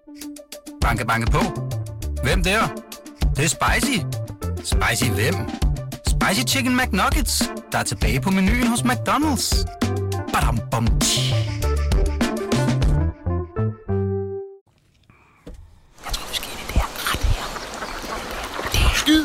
Banke, banke på. Hvem der? Det er spicy. Spicy hvem? Spicy Chicken McNuggets, der er tilbage på menuen hos McDonald's. Badum, bom, tji. Jeg tror, vi skal ind i det her ret her. Det er skyd.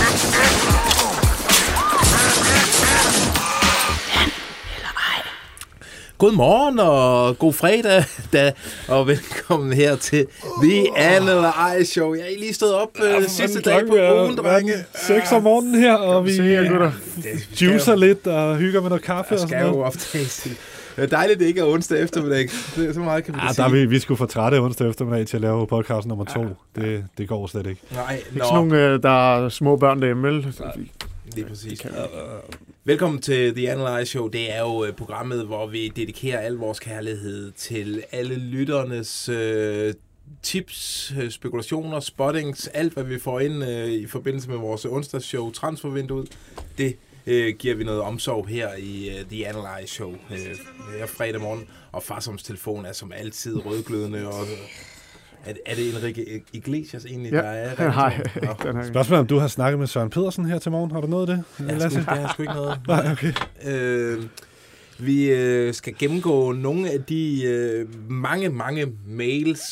Godmorgen og god fredag, og velkommen her til The Analyze Show. Jeg er lige stået op sidste dag på ugen, drenge. 6 om morgenen her, og vi juicer lidt og hygger med noget kaffe og sådan noget. Det skal jo optages. Det er dejligt, det ikke er onsdag eftermiddag. Det er så meget, kan vi sige. Der er vi skulle få trætte onsdag eftermiddag til at lave podcast nummer 2. Det går slet ikke. Nej, ikke sådan nogle, der er små børn derhjemme, vel? Lige præcis. Velkommen til The Analyze Show. Det er jo programmet, hvor vi dedikerer al vores kærlighed til alle lytternes tips, spekulationer, spottings, alt hvad vi får ind i forbindelse med vores onsdagsshow, transfervinduet. Det giver vi noget omsorg her i The Analyze Show her fredag morgen. Og Farsoms telefon er som altid rødglødende og... Er det Enrique Iglesias egentlig, der er? Nej. Spørgsmålet om du har snakket med Søren Pedersen her til morgen. Har du noget af det? Jeg har sgu ikke noget. Nej, okay. Vi skal gennemgå nogle af de mange mails,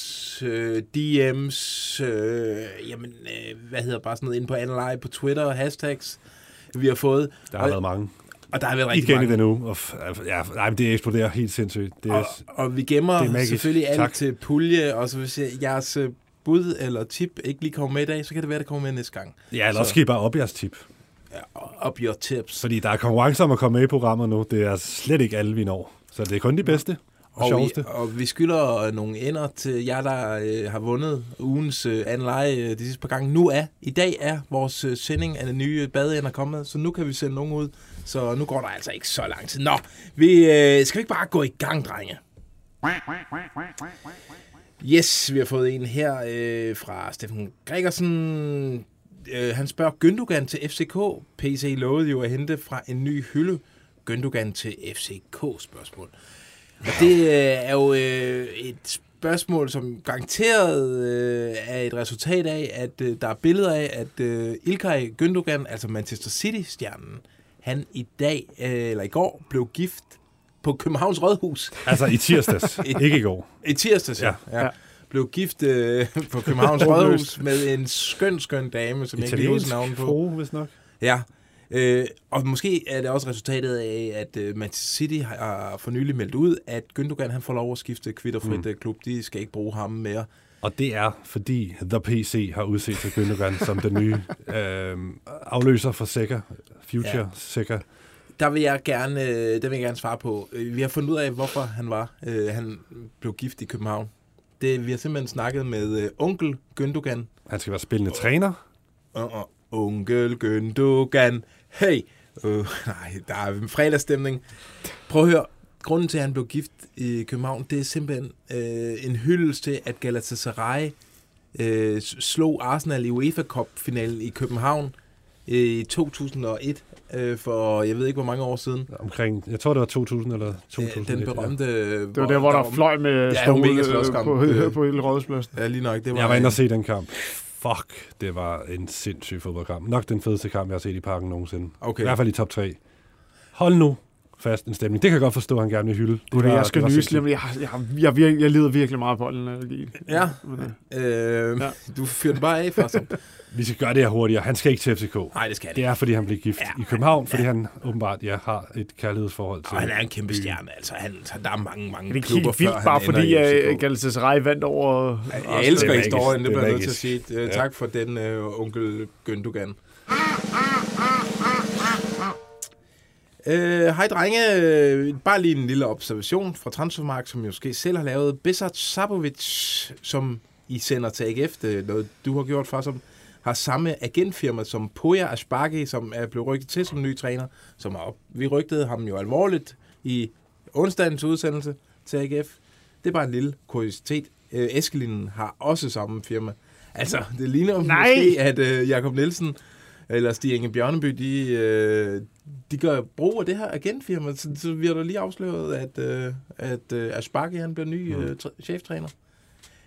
DM's, bare sådan noget inde på Analyze på Twitter og hashtags, vi har fået. Der har været mange. Og der har været rigtig mange. Igen i den uge. Men det eksploderer helt sindssygt. Og vi gemmer selvfølgelig alt til pulje, og så hvis jeres bud eller tip ikke lige kommer med i dag, så kan det være, det kommer med næste gang. Ja, eller også skal I bare op jeres tip. Ja, up your tips. Fordi der er konkurrencer om at komme med i programmet nu. Det er slet ikke alle, vi når. Så det er kun de bedste og sjoveste. Og vi skylder nogle ender til jer, der har vundet ugens Analyze de sidste par gange. I dag er vores sending af den nye badeender kommet, så nu kan vi sende nogen ud. Så nu går der altså ikke så lang tid. Nå, skal vi ikke bare gå i gang, drenge? Yes, vi har fået en her fra Steffen Gregersen. Han spørger, Gündogan til FCK. PC lovede jo at hente fra en ny hylde. Gündogan til FCK-spørgsmål. Og det er jo et spørgsmål, som garanteret er et resultat af, at der er billeder af, at Ilkay Gündogan, altså Manchester City-stjernen, han i dag, eller i går, blev gift på Københavns Rådhus. Altså i tirsdags, ikke i går. I tirsdags, ja. Blev gift på Københavns Rådhus med en skøn dame, som jeg ikke lige husker navnet på. Frue, hvis nok. Ja. Og måske er det også resultatet af, at Manchester City har for nylig meldt ud, at Gündogan han får lov at skifte kvitterfrit klub. De skal ikke bruge ham mere. Og det er, fordi The PC har udset til Gündogan som den nye afløser for Seka, Future Seka. Der vil jeg gerne svare på. Vi har fundet ud af, hvorfor han blev gift i København. Vi har simpelthen snakket med onkel Gündogan. Han skal være spillende træner. Onkel Gündogan. Hey! Nej, der er en fredagsstemning. Prøv at høre. Grunden til, at han blev gift i København, det er simpelthen en hyldest til, at Galatasaray slog Arsenal i UEFA Cup-finalen i København i 2001. For jeg ved ikke, hvor mange år siden. Omkring, jeg tror, det var 2000 eller 2001. Den berømte... Det var der, hvor der fløj med på hele Rådhuspladsen. Ja, lige nok. Jeg var inde og se den kamp. Fuck, det var en sindssyg fodboldkamp. Nok den fedeste kamp, jeg har set i parken nogensinde. Okay. I hvert fald i top 3. Hold nu fast en stemning. Det kan jeg godt forstå, at han gerne vil hylde. Jeg skal nysle, men jeg lider virkelig meget på den. Ja. Du fyrer den bare af for sig. Vi skal gøre det her hurtigere. Han skal ikke til FCK. Nej, det skal det. Det er, fordi han blev gift i København, fordi han åbenbart har et kærlighedsforhold til... Og han er en kæmpe stjerne. Altså, der er mange det klubber før han bare fordi Galatasaray vandt over... Jeg elsker historien, det bliver jeg nødt til at sige. Tak for den, onkel Gündogan. Hej drenge, bare lige en lille observation fra Transfermarkt, som jeg måske selv har lavet. Besart Sabovic, som I sender til AGF, noget du har gjort for, som har samme agentfirma som Poya Asbaghi, som er blevet rygtet til som ny træner. Vi rygtede ham jo alvorligt i onsdagens udsendelse til AGF. Det er bare en lille kuriositet. Eskelinen har også samme firma. Altså, det ligner måske, at Jakob Nielsen eller Stig Inge Bjørneby, de gør brug af det her agentfirma. Så vi har da lige afsløret, at Asbaghi han bliver ny cheftræner.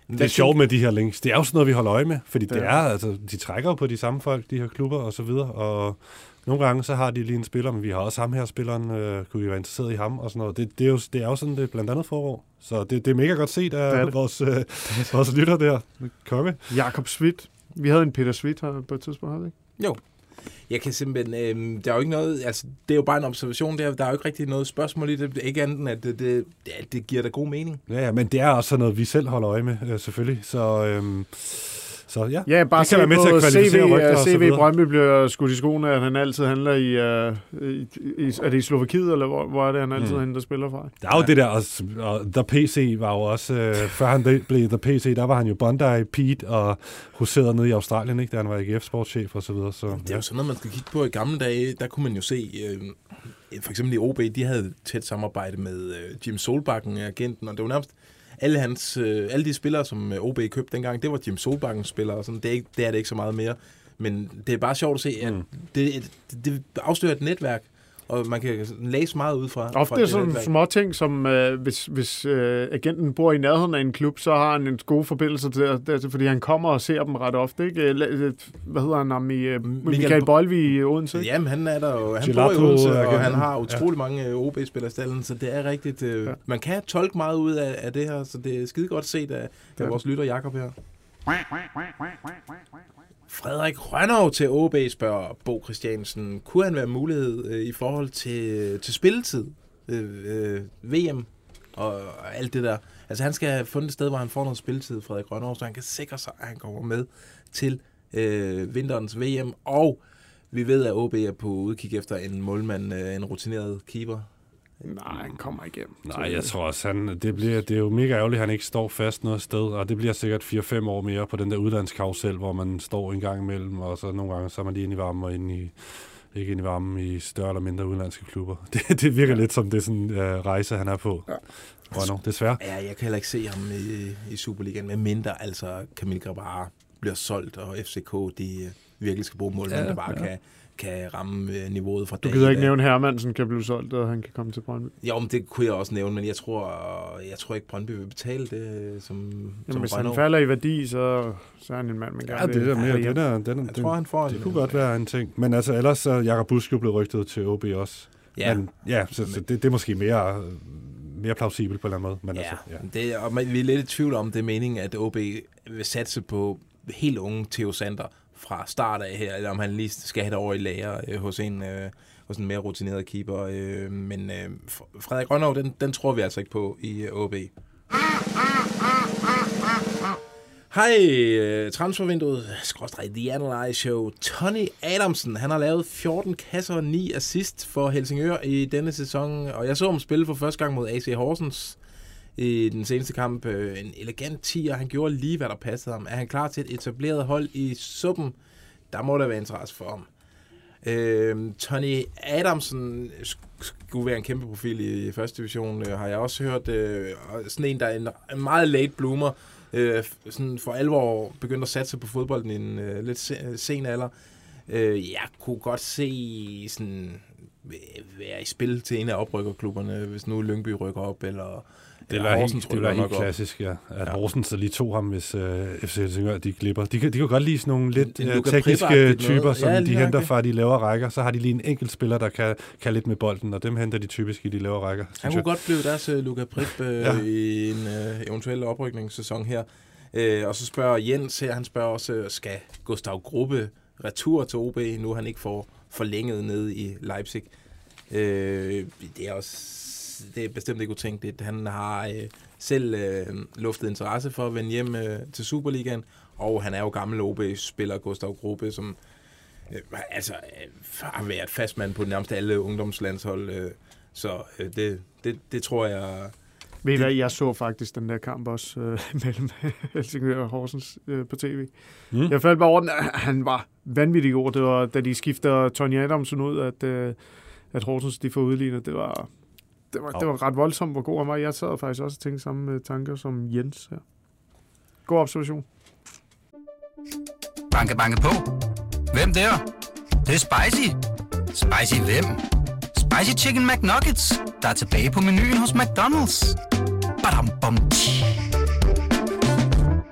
Det er sjovt med de her links. Det er jo sådan noget, vi holder øje med, fordi det er, altså, de trækker jo på de samme folk, de her klubber og så videre, og nogle gange så har de lige en spiller, men vi har også ham her spilleren, kunne vi være interesseret i ham og sådan noget. Det er jo sådan, det blandt andet foregår. Så det er mega godt set af vores lytter der. Konge. Jakob Swift. Vi havde en Peter Swift her på et tidspunkt, havde vi ikke? Jo. Jeg kan simpelthen... der er jo ikke noget... Altså, det er jo bare en observation. Der er jo ikke rigtig noget spørgsmål i det. Ikke andet, at det giver da god mening. Ja, men det er også sådan noget, vi selv holder øje med, selvfølgelig. Så ja, ja, bare det kan være med til at kvalificere rygter og så videre. CV Brøndby bliver skudt i skoene, at han altid handler i er det i Slovakiet, eller hvor er det, han altid henter spiller fra? Der er jo det der, og The PC var jo også, før han blev The PC, der var han jo Bondi, Pete og huserede nede i Australien, ikke, da han var AGF-sportschef og så videre. Så, det er jo sådan noget, man skal kigge på i gamle dage. Der kunne man jo se, for eksempel i OB, de havde tæt samarbejde med Jim Solbakken, agenten, og det var nærmest alle de spillere, som OB købte dengang, det var Jim Solbakkens spillere, og sådan. Det er det ikke så meget mere. Men det er bare sjovt at se, at det afslører et netværk, og man kan læse meget ud fra. Ofte er sådan små ting, som hvis agenten bor i nærheden af en klub, så har han en god forbindelse til, fordi han kommer og ser dem ret ofte. Ikke? Hvad hedder han ham i Michael Bøjlevig i Odense? Jamen, han er der jo. Han bor i Odense, og han har utrolig mange OB-spillere i stallen, så det er rigtigt. Man kan tolke meget ud af det her, så det er skide godt set af vores lytter Jakob her. Frederik Rønnow til OB spørger Bo Christiansen. Kunne han være mulighed i forhold til spilletid? VM og alt det der. Altså han skal have fundet et sted, hvor han får noget spilletid, Frederik Rønnow, så han kan sikre sig, at han kommer med til vinterens VM. Og vi ved, at OB er på udkig efter en målmand, en rutineret keeper. Nej, han kommer igennem. Nej, jeg tror også, det er jo mega ærgerligt, at han ikke står fast noget sted, og det bliver sikkert 4-5 år mere på den der udlandskarusel, hvor man står en gang imellem, og så nogle gange så er man lige inde i varmen og ikke inde i varmen i større eller mindre udlandske klubber. Det virker lidt som det sådan rejse, han er på. Ja. Rønnow, desværre. Ja, jeg kan heller ikke se ham i Superligaen, med mindre altså Kamil Grabara bliver solgt, og FCK, de virkelig skal bruge målmænd, der bare kan ramme niveauet fra dag. Du gider ikke nævne Hermansen kan blive solgt, og han kan komme til Brøndby? Jo, men det kunne jeg også nævne, men jeg tror ikke, Brøndby vil betale det som hvis han falder i værdi, så er han en mand, man gerne vil. Jeg tror, han får det kunne godt være en ting. Men altså, ellers er Jakob Busk jo blevet rygtet til OB også. Ja. Men, så det er måske mere plausibelt på en eller anden måde. Men altså, og vi er lidt i tvivl om, det er meningen, at OB vil satse på helt unge Theo Sander fra start af her, eller om han lige skal have det over i lager hos en mere rutineret keeper. Men Frederik Rønnow, den tror vi altså ikke på i OB. Hej, transfervinduet, / The Analyze Show. Tony Adamsen, han har lavet 14 kasser og 9 assist for Helsingør i denne sæson, og jeg så ham spille for første gang mod AC Horsens i den seneste kamp. En elegant 10'er, han gjorde lige, hvad der passede ham. Er han klar til et etableret hold i suppen? Der må der være interesse for ham. Tony Adamsen skulle være en kæmpe profil i første division, har jeg også hørt. Sådan en, der er en meget late bloomer, sådan for alvor begyndte at satse på fodbolden i en lidt sen alder. Jeg kunne godt se sådan være i spil til en af oprykkerklubberne, hvis nu Lyngby rykker op, eller det er helt klassisk, ja. At Horsens lige tog ham, hvis FC Helsingør, de glipper. De kan godt lide sådan nogle lidt tekniske typer, som de henter fra de lavere rækker. Så har de lige en enkelt spiller, der kan lidt med bolden, og dem henter de typisk i de lavere rækker. Han kunne godt blive deres Luka Prip i en eventuel oprykningssæson her. Og så spørger Jens her, han spørger også, skal Gustav Grubbe retur til OB, nu han ikke får forlænget nede i Leipzig? Det er bestemt ikke utænkeligt. Han har selv luftet interesse for at vende hjem til Superligaen, og han er jo gammel OB-spiller, Gustav Grubbe, som har været fastmand på nærmest alle ungdomslandshold. Så det tror jeg... Ved I hvad, jeg så faktisk den der kamp også mellem Helsingør og Horsens på tv. Jeg faldt bare over den, han var vanvittig god. Det var, da de skifter Tony Adamsen ud, at Horsens de får udlignet. Det var ret voldsomt, hvor god han var. Jeg sad faktisk også og tænkte samme tanker som Jens her. God observation. Banke, banke på. Hvem der? Det er spicy. Spicy hvem? Spicy Chicken McNuggets, der er tilbage på menuen hos McDonald's. Badum, bom,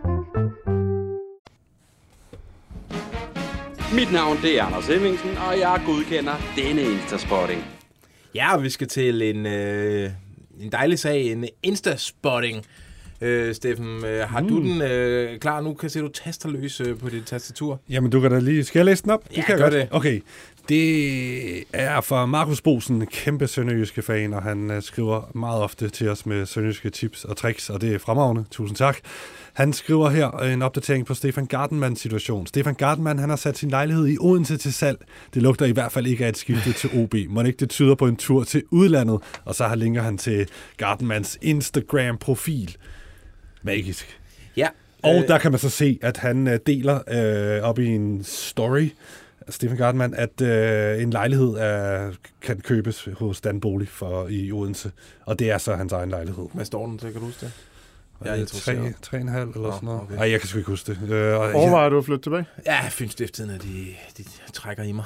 Mit navn det er Anders Hemmingsen, og jeg godkender denne Instaspotting. Ja, vi skal til en dejlig sag, en Instaspotting. Steffen, har du den klar nu? Kan se, du taster løs på dit tastatur. Jamen, du kan da lige... Skal jeg læse den op? Ja, kan gør godt. det. Okay. Det er fra Markus Bosen, kæmpe sønderjyske fan, og han skriver meget ofte til os med sønderjyske tips og tricks, og det er fremragende. Tusind tak. Han skriver her en opdatering på Stefan Gardenmans situation. Stefan Gardenman, han har sat sin lejlighed i Odense til salg. Det lugter i hvert fald ikke af et skifte til OB. Må ikke det tyder på en tur til udlandet? Og så linker han til Gardenmans Instagram-profil. Magisk. Ja. Og der kan man så se, at han deler op i en story, Stefan Gardenman, at en lejlighed kan købes hos Dan Bolig i Odense. Og det er så hans egen lejlighed. Hvad står den til, kan du huske det? Jeg er 3,5 eller sådan noget. Okay. Ej, jeg kan sgu ikke huske det. Overvejer du at flytte tilbage? Ja, Fyns Stiftstidende, de trækker i mig.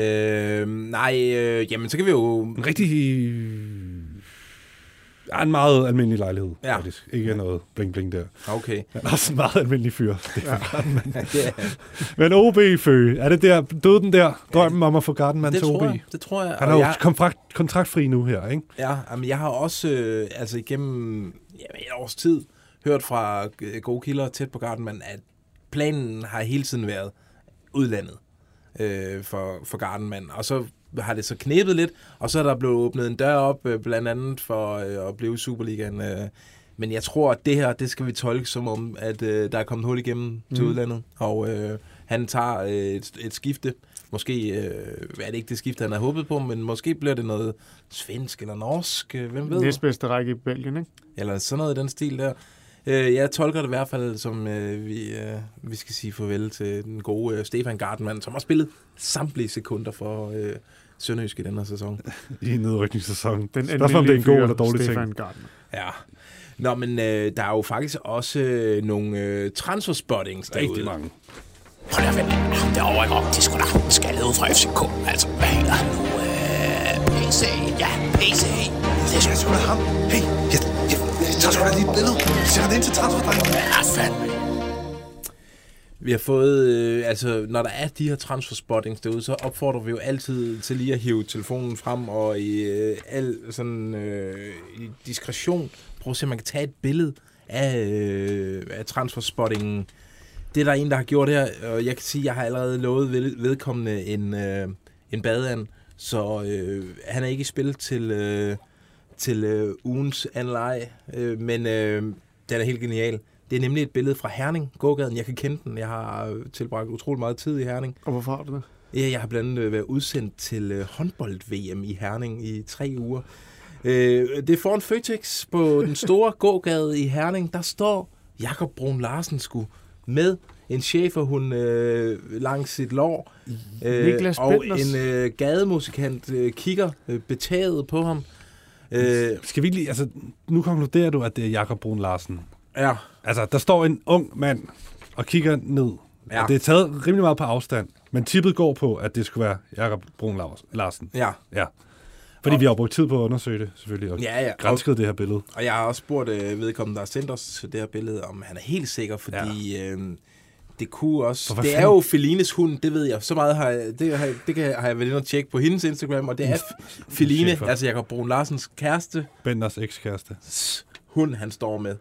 Jamen så kan vi jo... En rigtig... Ja, en meget almindelig lejlighed, faktisk. Ikke noget bling-bling der. Okay. Han er også en meget almindelig fyr. Ja. Men OB-fø, er det der, døde den der, drømmen om at få Gardenman til OB? Det tror jeg. Han er jo kontraktfri nu her, ikke? Ja, men jeg har også igennem et års tid hørt fra gode kilder tæt på Gardenman, at planen har hele tiden været udlandet for Gardenman. Og så har det så knæbet lidt, og så er der blevet åbnet en dør op, blandt andet for at blive Superligaen. Men jeg tror, at det her, det skal vi tolke som om, at der er kommet hul igennem til udlandet, og han tager et skifte. Måske er det ikke det skifte, han har håbet på, men måske bliver det noget svensk eller norsk, hvem ved? Næstbedste række i Belgien, ikke? Eller sådan noget i den stil der. Jeg tolker det i hvert fald som, vi skal sige farvel til den gode Stefan Gardenman, som har spillet samtlige sekunder for Sønderjysk i den her sæson. I nedrykningssæsonen. Den spørgsmål, om det er en god eller dårlig Stefan ting. Gardenman. Ja. Nå, men der er jo faktisk også nogle transferspottings derude. Rigtig mange. Hold da, det er over ikke om, de skulle da skaldet ud fra FCK. Altså, hvad hedder han nu? PC. Ja, PC. Det skal sgu da ham. Hey, jeg tager sgu da lige et billede. Sætter det ind til transferdrengen. Ja, fandme. Vi har fået, når der er de her transferspottings derude, så opfordrer vi jo altid til lige at hive telefonen frem og i al sådan i diskretion prøve at se, om man kan tage et billede af transferspottingen. Det er der en, der har gjort her, og jeg kan sige, at jeg har allerede lovet vedkommende en badeand, så han er ikke i spil til ugens anleje, men den er helt genial. Det er nemlig et billede fra Herning, gågaden. Jeg kan kende den. Jeg har tilbragt utrolig meget tid i Herning. Og hvorfor har du det? Ja, jeg har blandt andet været udsendt til håndbold-VM i Herning i 3 uger. Det er foran Føtex på den store gågade i Herning. Der står Jakob Brun Larsen med en schæferhund langs sit lår. Og en gademusikant kigger betaget på ham. Skal vi lige, altså, nu konkluderer du, at det er Jakob Brun Larsen. Ja. Altså, der står en ung mand og kigger ned. Ja. Og det er taget rimelig meget på afstand. Men tippet går på, at det skulle være Jakob Brun Larsen. Ja. Fordi vi har brugt tid på at undersøge det, selvfølgelig, og gransket det her billede. Og jeg har også spurgt vedkommende, der har sendt os det her billede, om han er helt sikker, fordi det kunne også... Det er jo Felines hund, det ved jeg. Så meget har jeg, har jeg været inde og tjekke på hendes Instagram, og det er Feline, altså Jakob Brun Larsens kæreste. Benders ekskæreste. Hund, han står med.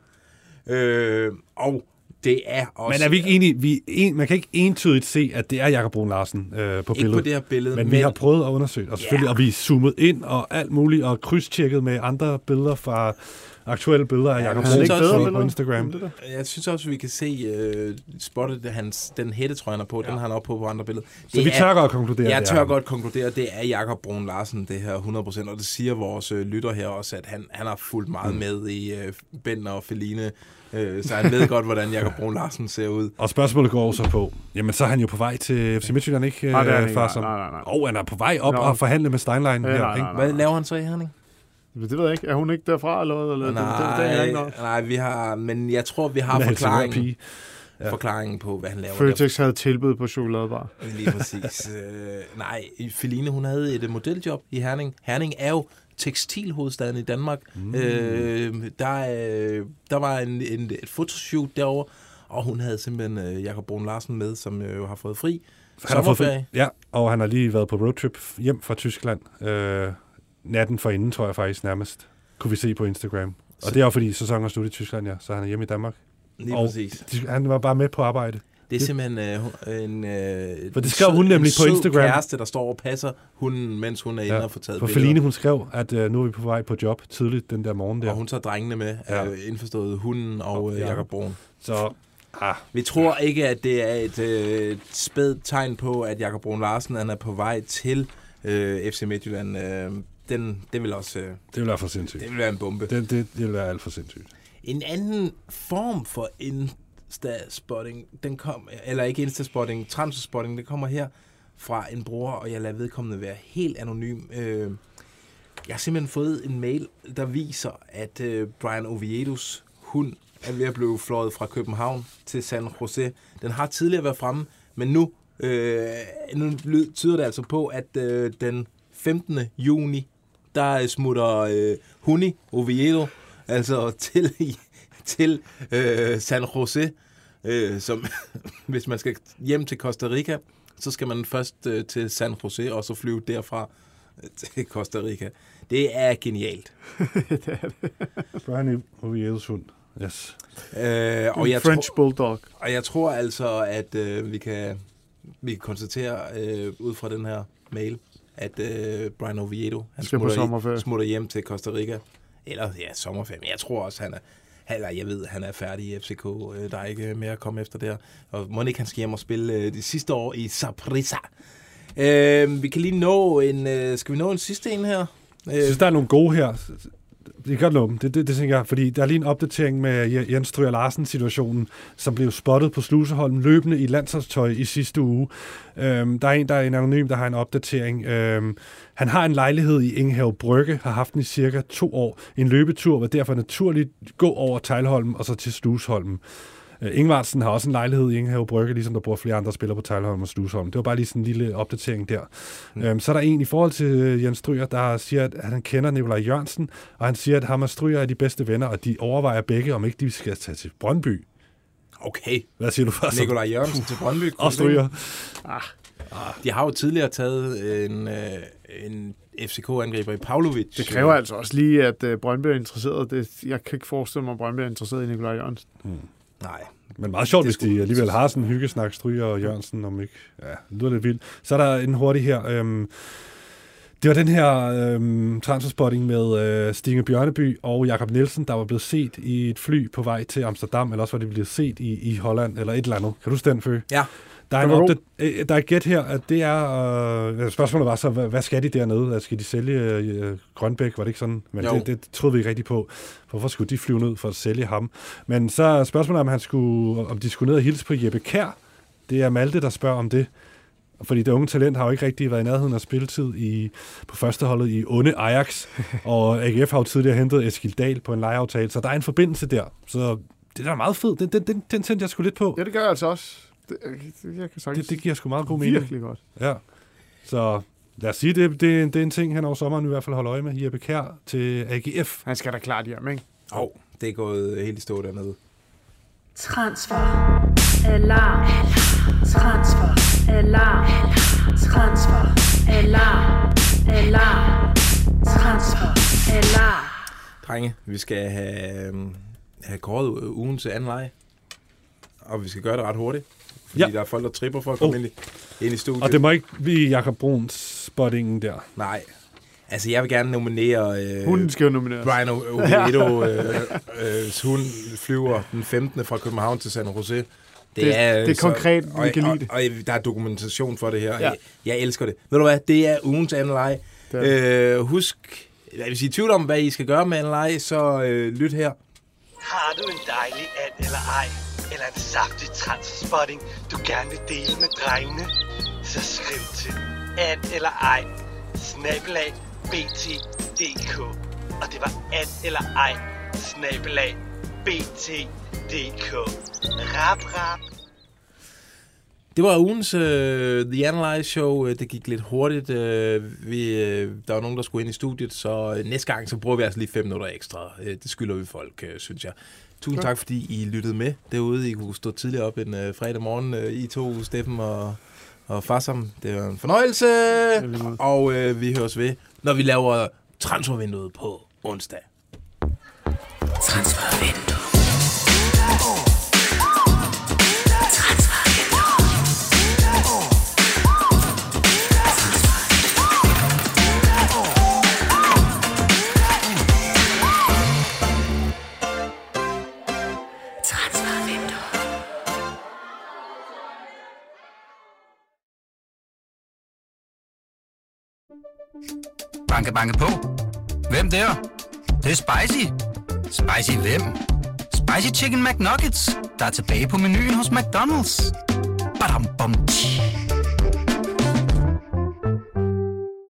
Og det er også... Men er vi ikke enige? Man kan ikke entydigt se, at det er Jakob Brun Larsen på billedet. Ikke på det her billede. Men vi har prøvet at undersøge, og selvfølgelig, og vi zoomet ind og alt muligt, og krydstjekket med andre billeder fra aktuelle billeder af Jakob Brun på Instagram. Jeg synes også, vi kan se spottet den hættetrøje, han er på. Den har han op på andre billeder. Så vi tør godt konkludere det. Jeg tør godt konkludere, at det er Jakob Brun Larsen, det her 100%. Og det siger vores lytter her også, at han har fulgt meget med i Bender og Feline. Så han ved godt, hvordan Jakob Brun Larsen ser ud. Og spørgsmålet går også på, jamen så er han jo på vej til FC Midtjylland, ikke? Nej. Han er på vej op og forhandle med Steinlein her, ikke? Hvad laver han så i Herning? Det ved jeg ikke. Er hun ikke derfra, eller hvad? Nej, vi har... Men jeg tror, vi har forklaringen på, hvad han laver. Føtex havde tilbud på chokoladebar. Lige præcis. Nej, Feline, hun havde et modeljob i Herning. Herning er jo tekstilhovedstaden i Danmark. Der var et fotoshoot derovre, og hun havde simpelthen Jakob Brun Larsen med, som jo har fået fri. Sommerferie? Ja, og han har lige været på roadtrip hjem fra Tyskland. Natten forinden, tror jeg faktisk nærmest, kunne vi se på Instagram. Og det er jo fordi sæsonen er slut i Tyskland, ja, så han er hjemme i Danmark. Lige præcis. Han var bare med på arbejde. Det er simpelthen for det skrev hun nemlig på Instagram. En kæreste, der står og passer hunden, mens hun er inde og får taget for billeder. Feline, hun skrev, at nu er vi på vej på job tidligt den der morgen der. Og hun tager drengene med, indforstået hunden og Jakob Brun. Så vi tror ikke, at det er et spædt tegn på, at Jakob Brun Larsen han er på vej til FC Midtjylland. Det vil også... det vil være for sindssygt. Det vil være en bombe. Det vil være alt for sindssygt. En anden form for Insta-spotting, den kom, eller ikke Insta-spotting, transfer-spotting, det kommer her fra en bror, og jeg lader vedkommende være helt anonym. Jeg har simpelthen fået en mail, der viser, at Brian Oviedos hund er ved at blive fløjet fra København til San Jose. Den har tidligere været fremme, men nu tyder det altså på, at den 15. juni, der smutter Huni Oviedo altså til San Jose, som hvis man skal hjem til Costa Rica, så skal man først til San Jose, og så flyve derfra til Costa Rica. Det er genialt. Det er det. Brian Oviedos hund. Yes. Og jeg French Bulldog. Og jeg tror altså, at vi kan konstatere ud fra den her mail, at Brian Oviedo han smutter hjem til Costa Rica. Eller sommerferie. Men jeg tror også, han er færdig i FCK. Der er ikke mere at komme efter der. Og må ikke han skal hjem og spille de sidste år i Saprissa. Vi kan lige nå skal vi nå en sidste en her? Jeg synes, der er nogle gode her. Det kan godt nå dem. Det tænker jeg, fordi der er lige en opdatering med Jens Stryger Larsen-situationen, som blev spottet på Sluseholm løbende i landsholdstøj i sidste uge. Der er en anonym, der har en opdatering. Han har en lejlighed i Ingenhav Brygge, har haft den i cirka 2 år. En løbetur var derfor naturligt gå over Teglholm og så til Sluseholm. Ingvartsen har også en lejlighed i Ingenhav Brygge, ligesom der bor flere andre spillere på Teglholm og Sluseholm. Det var bare lige sådan en lille opdatering der. Så er der en i forhold til Jens Stryger, der siger, at han kender Nikolaj Jørgensen, og han siger, at ham og Stryger er de bedste venner, og de overvejer begge, om ikke de skal tage til Brøndby. Okay. Hvad siger du først? Nikolaj Jørgensen til Brøndby. Og Stryger. De har jo tidligere taget en FCK-angriber i Pavlovic. Det kræver altså også lige, at Brøndby er interesseret. Jeg kan ikke forestille mig, at Brøndby er interesseret i Nikolaj Jørgensen. Nej. Men meget sjovt, hvis de alligevel har sådan en hyggesnak, Stryger og Jørgensen, om ikke. Ja, det lyder lidt vildt. Så er der en hurtig her. Det var den her transferspotting med Stine Bjørneby og Jakob Nielsen, der var blevet set i et fly på vej til Amsterdam, eller også var det blevet set i Holland, eller et eller andet. Kan du huske den, Fø? Ja. Der er et gæt her, at det er... spørgsmålet var så, hvad skal de dernede? Skal de sælge Grønbæk? Var det ikke sådan? Men det troede vi ikke rigtigt på. Hvorfor skulle de flyve ned for at sælge ham? Men så er spørgsmålet, om de skulle ned og hilse på Jeppe Kjær. Det er Malte, der spørger om det. Fordi det unge talent har jo ikke rigtig været i nærheden af spilletid på førsteholdet i onde Ajax. Og AGF har jo tidligere hentet Eskil Dahl på en lejeaftale. Så der er en forbindelse der. Så det er meget fedt. Den tændte jeg sgu lidt på. Ja, det gør jeg altså også. Det giver sgu meget god mening. Virkelig godt. Ja. Så lad os sige, det er en ting, han over sommeren i hvert fald holder øje med. Jeppe Kjær til AGF. Han skal da klart hjem, ikke? Det er gået helt i stå dernede. Transfer. Alarm. Transfer. Alarm. Transfer. Alarm. Alarm. Transfer. Alarm. Drenge, vi skal have kåret ugen til anden leje. Og vi skal gøre det ret hurtigt. Fordi der er folk, der tripper for at komme ind i studiet. Og det må ikke blive Jakob Bruns spottingen der. Nej. Altså, jeg vil gerne nominere... Hunden skal jo nomineres. Brian Oviedo. Hun flyver den 15. fra København til San Jose. Det er konkret, vi kan lide det. Og der er dokumentation for det her. Ja. Jeg elsker det. Ved du hvad? Det er ugens anden leje. Husk, hvis I er i tvivl om, hvad I skal gøre med anden leje, så lyt her. Har du en dejlig and eller ej? Eller en saftig transferspotting, du gerne vil dele med drengene? Så skriv til and eller ej @bt.dk. Og det var and eller ej @bt.dk. Rap. Det var ugens The Analyze Show. Det gik lidt hurtigt. Der var nogen, der skulle ind i studiet, så næste gang så bruger vi altså lige 5 minutter ekstra. Det skylder vi folk, synes jeg. Tusind tak, fordi I lyttede med derude. I kunne stå tidligere op en fredag morgen. I to, Steffen og Farsam. Det var en fornøjelse. Og vi høres ved, når vi laver transfervinduet på onsdag. Transfervindue. Banke, banke på. Hvem der? Det er spicy. Spicy hvem? Spicy Chicken McNuggets, der er tilbage på menuen hos McDonald's. Badum, bom, tji.